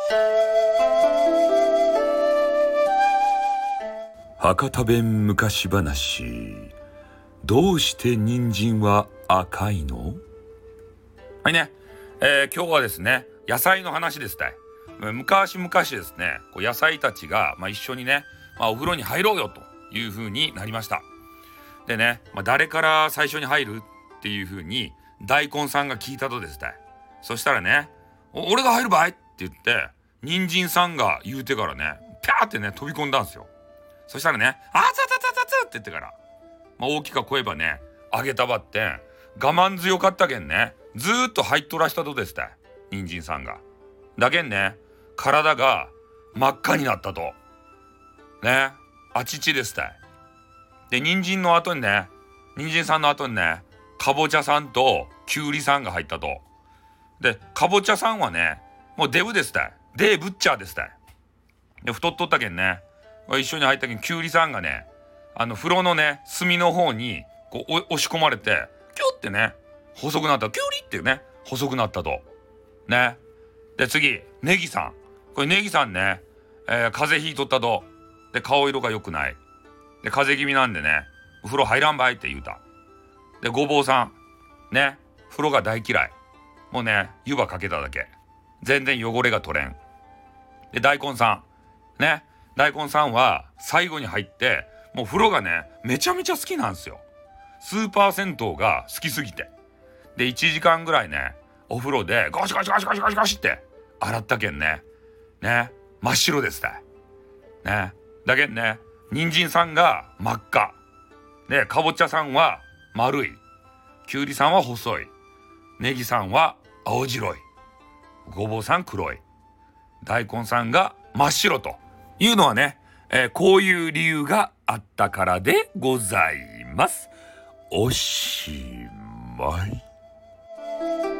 博多弁昔話。どうして人参は赤いの？はいね、今日はですね、野菜の話ですたい。昔々ですね、野菜たちが、一緒にね、お風呂に入ろうよという風になりました。でね、誰から最初に入るっていう風に大根さんが聞いたとですたい。そしたらね、俺が入るばいって言って、人参さんが言うてからね、ピャーってね飛び込んだんですよ。そしたらね、あつつつつつって言ってから、大きか声ばね、あげたばってん、我慢強かったけんね、ずーっと入っとらしたとですたい、人参さんが。だけんね、体が真っ赤になったと。ね、あちちですたい。で、人参の後にね、人参さんの後にね、かぼちゃさんときゅうりさんが入ったと。で、かぼちゃさんはね、もうデブですたい。デーブッチャーですたい。で、太っとったけんね、一緒に入ったけん、きゅうりさんがね、風呂のね、隅の方に押し込まれて、キュッってね、細くなった。キュウリってね、細くなったと。ね。で、次、ネギさん。これネギさんね、風邪ひいとったと。で、顔色が良くない。で、風邪気味なんでね、お風呂入らんばいって言うた。で、ごぼうさん。ね、風呂が大嫌い。もうね、湯葉かけただけ。全然汚れが取れん。で、大根さん。ね。大根さんは最後に入って、もう風呂がね、めちゃめちゃ好きなんですよ。スーパー銭湯が好きすぎて。で、1時間ぐらいね、お風呂でゴシゴシゴシゴシゴシゴシって洗ったけんね。ね。真っ白ですたい。ね。だけんね、人参さんが真っ赤。で、かぼちゃさんは丸い。きゅうりさんは細い。ネギさんは青白い。ごぼうさん黒い。大根さんが真っ白というのはね、こういう理由があったからでございます。おしまい。